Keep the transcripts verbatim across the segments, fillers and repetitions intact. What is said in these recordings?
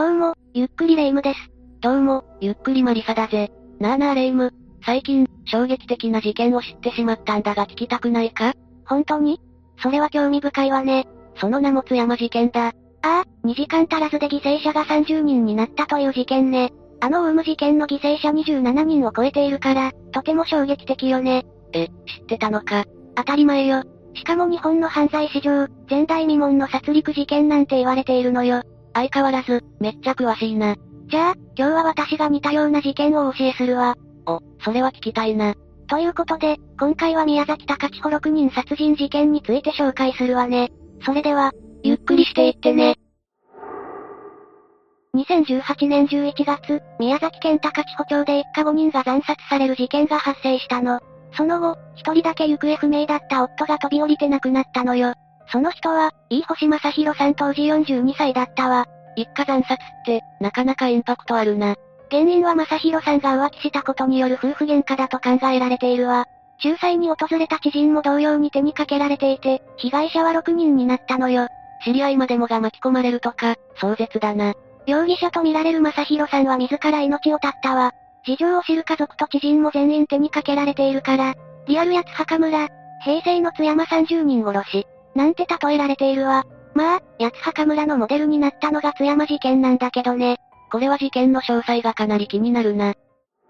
どうも、ゆっくりレ夢ムです。 どうも、ゆっくりマリサだぜ。なあなあレ夢ム、最近、衝撃的な事件を知ってしまったんだが聞きたくないか？ 本当に？それは興味深いわね。 その名も津山事件だ。ああ、にじかん足らずで犠牲者がさんじゅうにんになったという事件ね。あのオウム事件の犠牲者にじゅうななにんを超えているから、とても衝撃的よね。 え、知ってたのか？ 当たり前よ。しかも日本の犯罪史上、前代未聞の殺戮事件なんて言われているのよ。 相変わらず、めっちゃ詳しいな。 じゃあ、今日は私が似たような事件をお教えするわ。 お、それは聞きたいな。 ということで、今回は宮崎高千穂ろくにん殺人事件について紹介するわね。それでは、 ゆっくりしていってね。 にせんじゅうはちねんじゅういちがつ、宮崎県高千穂町で一家ごにんが惨殺される事件が発生したの。その後、一人だけ行方不明だった夫が飛び降りて亡くなったのよ。その人は、飯星正弘さん当時よんじゅうにさいだったわ。 一家惨殺って、なかなかインパクトあるな。 原因は正弘さんが浮気したことによる夫婦喧嘩だと考えられているわ。仲裁に訪れた知人も同様に手にかけられていて、被害者はろくにんになったのよ。 知り合いまでもが巻き込まれるとか、壮絶だな。 容疑者とみられる正弘さんは自ら命を絶ったわ。事情を知る家族と知人も全員手にかけられているから、リアル八墓村、平成の津山さんじゅうにん殺し、なんて例えられているわ。まあ、八墓村のモデルになったのが津山事件なんだけどね。 これは事件の詳細がかなり気になるな。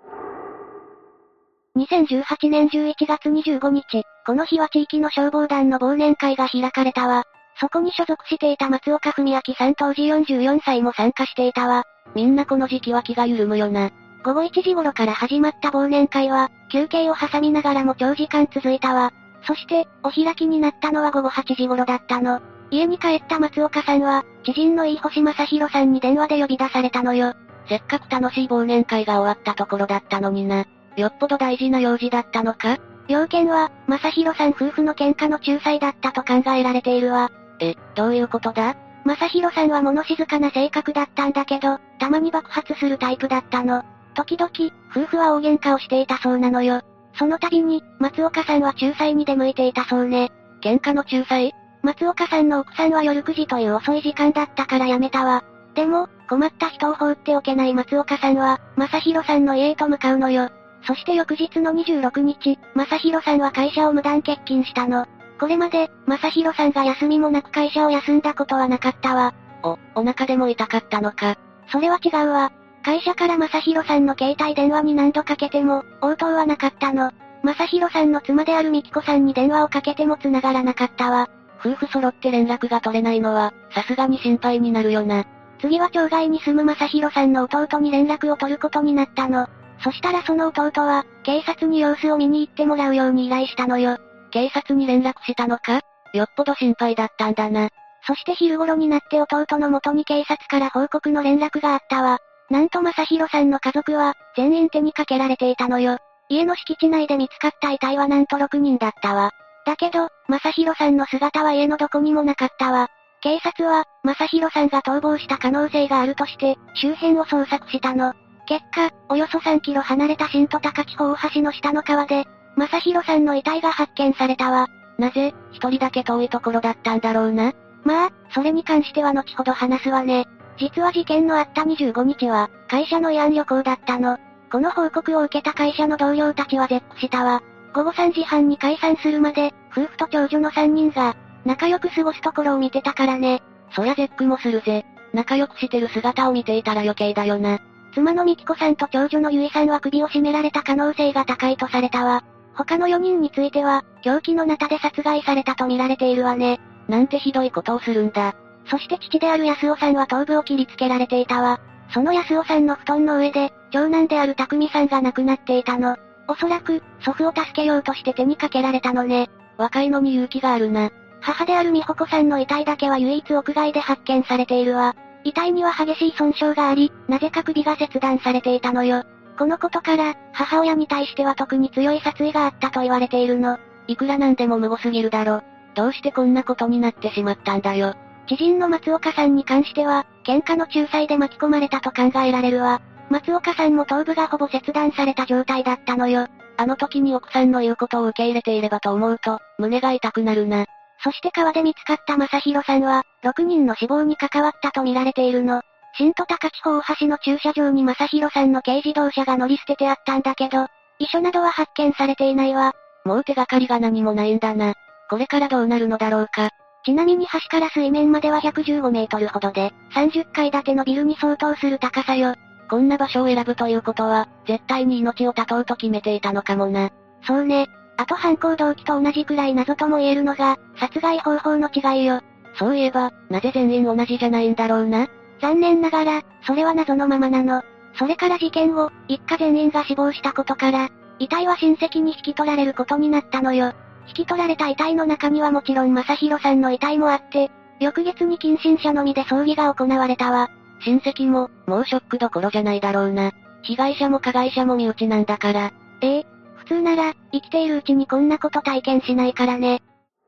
にせんじゅうはちねんじゅういちがつにじゅうごにち、この日は地域の消防団の忘年会が開かれたわ。そこに所属していた松岡文明さん当時よんじゅうよんさいも参加していたわ。 みんなこの時期は気が緩むよな。 ごごいちじ頃から始まった忘年会は、休憩を挟みながらも長時間続いたわ。そして、お開きになったのはごごはちじ頃だったの。家に帰った松岡さんは、知人の飯星正弘さんに電話で呼び出されたのよ。 せっかく楽しい忘年会が終わったところだったのにな。よっぽど大事な用事だったのか？ 要件は、正弘さん夫婦の喧嘩の仲裁だったと考えられているわ。 え、どういうことだ？ 正弘さんは物静かな性格だったんだけど、たまに爆発するタイプだったの。時々、夫婦は大喧嘩をしていたそうなのよ。その度に、松岡さんは仲裁に出向いていたそうね。 喧嘩の仲裁？ 松岡さんの奥さんは夜くじという遅い時間だったからやめたわ。でも、困った人を放っておけない松岡さんは、正弘さんの家へと向かうのよ。そして翌日のにじゅうろくにち、正弘さんは会社を無断欠勤したの。これまで、正弘さんが休みもなく会社を休んだことはなかったわ。 お、お腹でも痛かったのか。 それは違うわ。会社から正弘さんの携帯電話に何度かけても、応答はなかったの。正弘さんの妻である美紀子さんに電話をかけても繋がらなかったわ。 夫婦揃って連絡が取れないのは、さすがに心配になるよな。 次は町外に住む正弘さんの弟に連絡を取ることになったの。そしたらその弟は、警察に様子を見に行ってもらうように依頼したのよ。 警察に連絡したのか？よっぽど心配だったんだな。 そして昼頃になって弟の元に警察から報告の連絡があったわ。なんと正弘さんの家族は、全員手にかけられていたのよ。家の敷地内で見つかった遺体はなんとろくにんだったわ。だけど、正弘さんの姿は家のどこにもなかったわ。警察は、正弘さんが逃亡した可能性があるとして、周辺を捜索したの。結果、およそさんキロ離れた新都高千穂大橋の下の川で、正弘さんの遺体が発見されたわ。 なぜ、一人だけ遠いところだったんだろうな。 まあ、それに関しては後ほど話すわね。実は事件のあったにじゅうごにちは、会社の慰安旅行だったの。この報告を受けた会社の同僚たちは絶句したわ。ごごさんじはんに解散するまで、夫婦と長女のさんにんが、仲良く過ごすところを見てたからね。 そりゃ絶句もするぜ。仲良くしてる姿を見ていたら余計だよな。 妻の美紀子さんと長女のゆいさんは首を絞められた可能性が高いとされたわ。他のよにんについては、凶器のナタで殺害されたと見られているわね。 なんてひどいことをするんだ。 そして父である安尾さんは頭部を切りつけられていたわ。その安尾さんの布団の上で、長男である匠さんが亡くなっていたの。おそらく、祖父を助けようとして手にかけられたのね。 若いのに勇気があるな。 母である美穂子さんの遺体だけは唯一屋外で発見されているわ。遺体には激しい損傷があり、なぜか首が切断されていたのよ。このことから、母親に対しては特に強い殺意があったと言われているの。 いくらなんでも無謀すぎるだろ。どうしてこんなことになってしまったんだよ。 知人の松岡さんに関しては、喧嘩の仲裁で巻き込まれたと考えられるわ。松岡さんも頭部がほぼ切断された状態だったのよ。 あの時に奥さんの言うことを受け入れていればと思うと、胸が痛くなるな。 そして川で見つかった正弘さんは、ろくにんの死亡に関わったと見られているの。 新戸高地方大橋の駐車場に正弘さんの軽自動車が乗り捨ててあったんだけど、遺書などは発見されていないわ。 もう手がかりが何もないんだな。これからどうなるのだろうか。 ちなみに橋から水面まではひゃくじゅうごメートルほどで、さんじゅっかい建てのビルに相当する高さよ。 こんな場所を選ぶということは、絶対に命を絶とうと決めていたのかもな。 そうね。あと犯行動機と同じくらい謎とも言えるのが、殺害方法の違いよ。 そういえば、なぜ全員同じじゃないんだろうな。 残念ながら、それは謎のままなの。それから事件後、一家全員が死亡したことから、遺体は親戚に引き取られることになったのよ。引き取られた遺体の中にはもちろん正弘さんの遺体もあって、翌月に近親者のみで葬儀が行われたわ。 親戚も、もうショックどころじゃないだろうな。被害者も加害者も身内なんだから。 ええ、普通なら、生きているうちにこんなこと体験しないからね。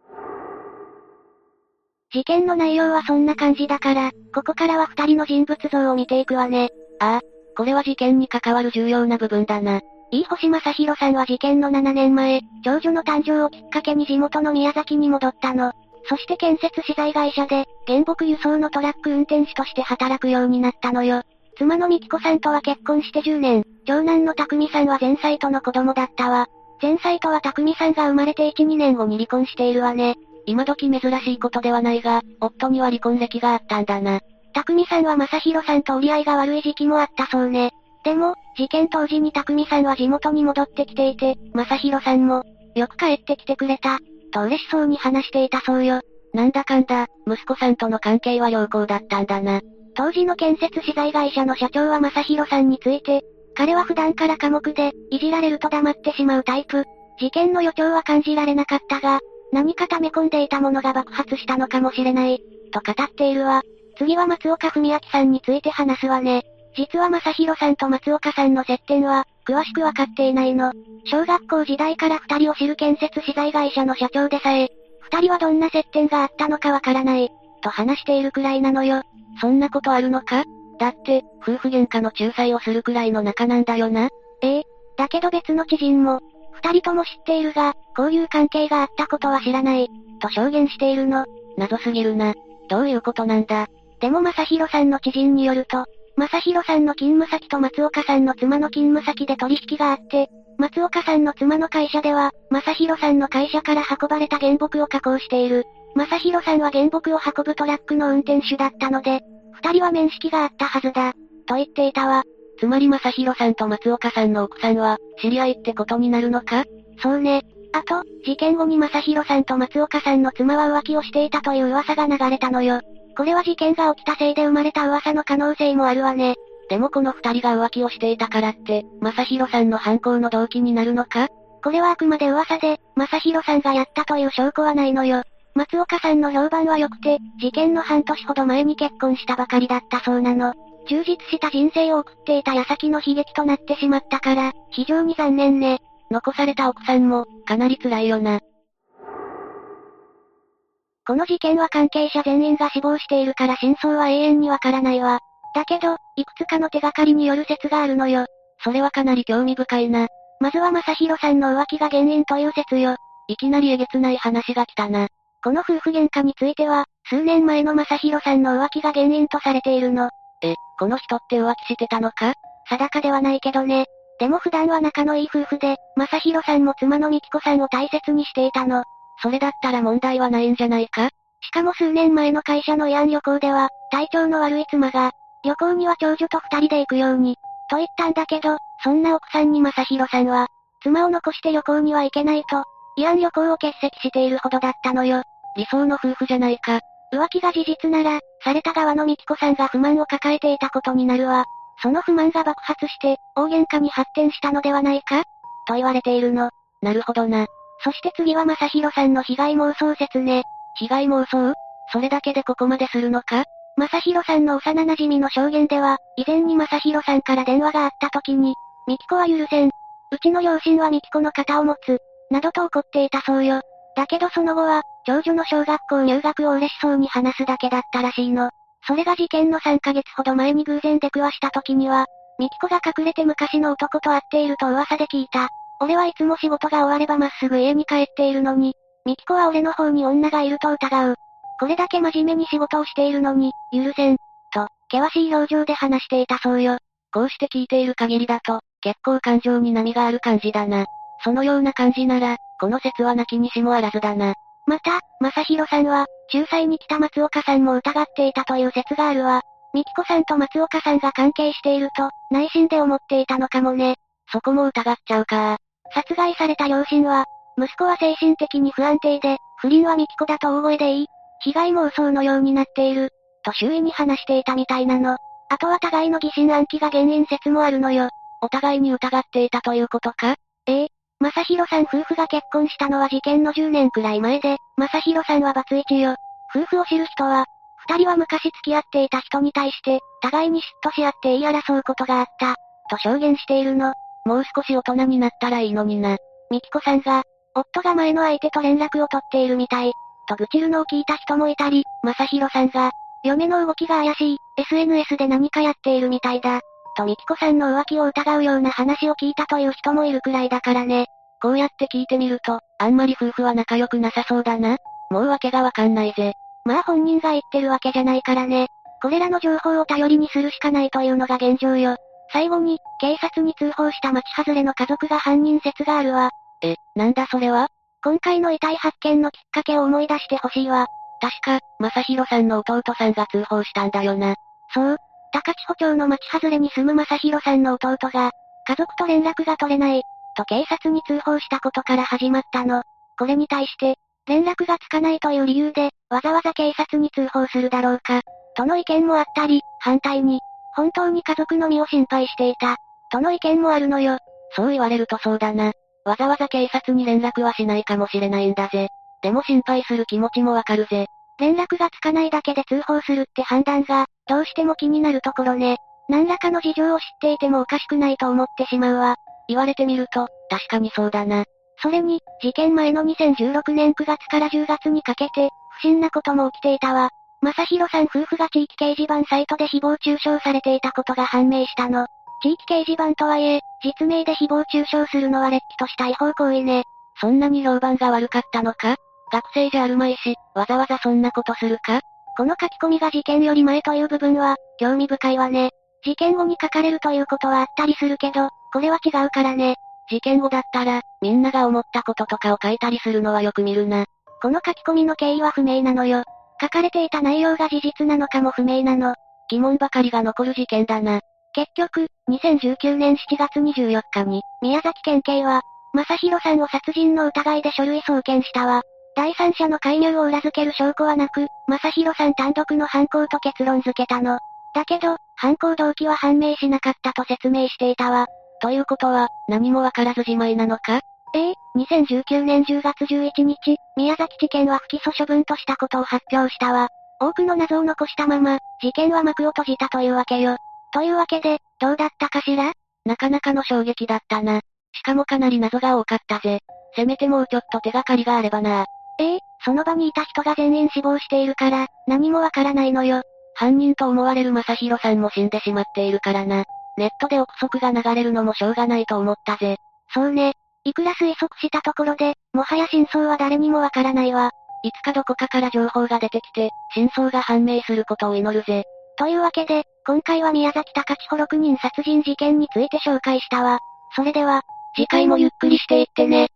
事件の内容はそんな感じだから、ここからは二人の人物像を見ていくわね。 ああ、これは事件に関わる重要な部分だな。 飯星正弘さんは事件のななねんまえ、長女の誕生をきっかけに地元の宮崎に戻ったの。そして建設資材会社で、原木輸送のトラック運転手として働くようになったのよ。妻の美紀子さんとは結婚してじゅうねん、長男の匠さんは前妻との子供だったわ。前妻とは匠さんが生まれていち、にねんごに離婚しているわね。 今時珍しいことではないが、夫には離婚歴があったんだな。 匠さんは正弘さんと折り合いが悪い時期もあったそうね。でも、事件当時に匠さんは地元に戻ってきていて、正弘さんも、よく帰ってきてくれた、と嬉しそうに話していたそうよ。 なんだかんだ、息子さんとの関係は良好だったんだな。 当時の建設資材会社の社長は正弘さんについて、彼は普段から寡黙で、いじられると黙ってしまうタイプ。事件の予兆は感じられなかったが、何か溜め込んでいたものが爆発したのかもしれない、と語っているわ。次は松岡文明さんについて話すわね。実は正弘さんと松岡さんの接点は、詳しくわかっていないの。小学校時代から二人を知る建設資材会社の社長でさえ、二人はどんな接点があったのかわからない、と話しているくらいなのよ。 そんなことあるのか？だって、夫婦喧嘩の仲裁をするくらいの仲なんだよな。 ええ。だけど別の知人も、二人とも知っているが、こういう関係があったことは知らない、と証言しているの。 謎すぎるな。どういうことなんだ？ でも正弘さんの知人によると、正弘さんの勤務先と松岡さんの妻の勤務先で取引があって、松岡さんの妻の会社では、正弘さんの会社から運ばれた原木を加工している。正弘さんは原木を運ぶトラックの運転手だったので、二人は面識があったはずだ、と言っていたわ。 つまり正弘さんと松岡さんの奥さんは、知り合いってことになるのか？ そうね。あと、事件後に正弘さんと松岡さんの妻は浮気をしていたという噂が流れたのよ。これは事件が起きたせいで生まれた噂の可能性もあるわね。 でもこの二人が浮気をしていたからって、正弘さんの犯行の動機になるのか？ これはあくまで噂で、正弘さんがやったという証拠はないのよ。松岡さんの評判は良くて、事件の半年ほど前に結婚したばかりだったそうなの。充実した人生を送っていた矢先の悲劇となってしまったから、非常に残念ね。 残された奥さんも、かなり辛いよな。 この事件は関係者全員が死亡しているから真相は永遠にわからないわ。だけど、いくつかの手がかりによる説があるのよ。 それはかなり興味深いな。 まずは正弘さんの浮気が原因という説よ。 いきなりえげつない話が来たな。 この夫婦喧嘩については、数年前の正弘さんの浮気が原因とされているの。 え、この人って浮気してたのか？ 定かではないけどね。でも普段は仲のいい夫婦で、正弘さんも妻の美紀子さんを大切にしていたの。 それだったら問題はないんじゃないか？ しかも数年前の会社の慰安旅行では、体調の悪い妻が、旅行には長女と二人で行くように、と言ったんだけど、そんな奥さんに正弘さんは、妻を残して旅行には行けないと、慰安旅行を欠席しているほどだったのよ。 理想の夫婦じゃないか。 浮気が事実なら、された側の美紀子さんが不満を抱えていたことになるわ。その不満が爆発して、大喧嘩に発展したのではないか？と言われているの。 なるほどな。 そして次は正弘さんの被害妄想説ね。 被害妄想？それだけでここまでするのか？ 正弘さんの幼馴染の証言では、以前に正弘さんから電話があった時に、美紀子は許せん。うちの両親は美紀子の肩を持つ。などと怒っていたそうよ。だけどその後は、長女の小学校入学を嬉しそうに話すだけだったらしいの。それが事件のさんかげつほど前に偶然出くわした時には、美紀子が隠れて昔の男と会っていると噂で聞いた。俺はいつも仕事が終わればまっすぐ家に帰っているのに、美紀子は俺の方に女がいると疑う。これだけ真面目に仕事をしているのに、許せん。と、 険しい表情で話していたそうよ。 こうして聞いている限りだと、結構感情に波がある感じだな。そのような感じなら、この説はなきにしもあらずだな。 また、正宏さんは、仲裁に来た松岡さんも疑っていたという説があるわ。美紀子さんと松岡さんが関係していると、内心で思っていたのかもね。 そこも疑っちゃうか。 殺害された両親は、息子は精神的に不安定で、不倫は美紀子だと大声で言い、被害妄想のようになっている、と周囲に話していたみたいなの。あとは互いの疑心暗鬼が原因説もあるのよ。 お互いに疑っていたということか？ ええ。正宏さん夫婦が結婚したのは事件のじゅうねんくらい前で、正宏さんはバツイチよ。夫婦を知る人は、二人は昔付き合っていた人に対して、互いに嫉妬し合って言い争うことがあった、と証言しているの。 もう少し大人になったらいいのにな。 美紀子さんが、夫が前の相手と連絡を取っているみたい、と愚痴るのを聞いた人もいたり、正宏さんが、嫁の動きが怪しい、エスエヌエス で何かやっているみたいだ、と美紀子さんの浮気を疑うような話を聞いたという人もいるくらいだからね。 こうやって聞いてみると、あんまり夫婦は仲良くなさそうだな。もう訳がわかんないぜ。 まあ本人が言ってるわけじゃないからね。これらの情報を頼りにするしかないというのが現状よ。最後に、警察に通報した町外れの家族が犯人説があるわ。 え、なんだそれは？ 今回の遺体発見のきっかけを思い出してほしいわ。 確か、正宏さんの弟さんが通報したんだよな。 そう。高千穂町の町外れに住む正宏さんの弟が、家族と連絡が取れない、と警察に通報したことから始まったの。これに対して、連絡がつかないという理由で、わざわざ警察に通報するだろうか、との意見もあったり、反対に、本当に家族の身を心配していた、との意見もあるのよ。 そう言われるとそうだな。わざわざ警察に連絡はしないかもしれないんだぜ。でも心配する気持ちもわかるぜ。 連絡がつかないだけで通報するって判断が、どうしても気になるところね。何らかの事情を知っていてもおかしくないと思ってしまうわ。 言われてみると、確かにそうだな。 それに、事件前のにせんじゅうろくねんくがつからじゅうがつにかけて、不審なことも起きていたわ。正宏さん夫婦が地域掲示板サイトで誹謗中傷されていたことが判明したの。地域掲示板とはいえ、実名で誹謗中傷するのは劣気とした違法行為ね。 そんなに評判が悪かったのか？学生じゃあるまいし、わざわざそんなことするか？ この書き込みが事件より前という部分は、興味深いわね。事件後に書かれるということはあったりするけど、これは違うからね。 事件後だったら、みんなが思ったこととかを書いたりするのはよく見るな。 この書き込みの経緯は不明なのよ。書かれていた内容が事実なのかも不明なの。 疑問ばかりが残る事件だな。 結局、にせんじゅうきゅうねんしちがつにじゅうよっかに、宮崎県警は、正宏さんを殺人の疑いで書類送検したわ。第三者の介入を裏付ける証拠はなく、正宏さん単独の犯行と結論付けたの。だけど、犯行動機は判明しなかったと説明していたわ。 ということは、何もわからずじまいなのか？ ええ、にせんじゅうきゅうねんじゅうがつじゅういちにち、宮崎地検は不起訴処分としたことを発表したわ。多くの謎を残したまま、事件は幕を閉じたというわけよ。というわけで、どうだったかしら？ なかなかの衝撃だったな。しかもかなり謎が多かったぜ。せめてもうちょっと手がかりがあればな。 ええ、その場にいた人が全員死亡しているから、何もわからないのよ。 犯人と思われる正宏さんも死んでしまっているからな。ネットで憶測が流れるのもしょうがないと思ったぜ。 そうね。いくら推測したところで、もはや真相は誰にもわからないわ。 いつかどこかから情報が出てきて、真相が判明することを祈るぜ。 というわけで、今回は宮崎高千穂ろくにん殺人事件について紹介したわ。それでは、 次回もゆっくりしていってね。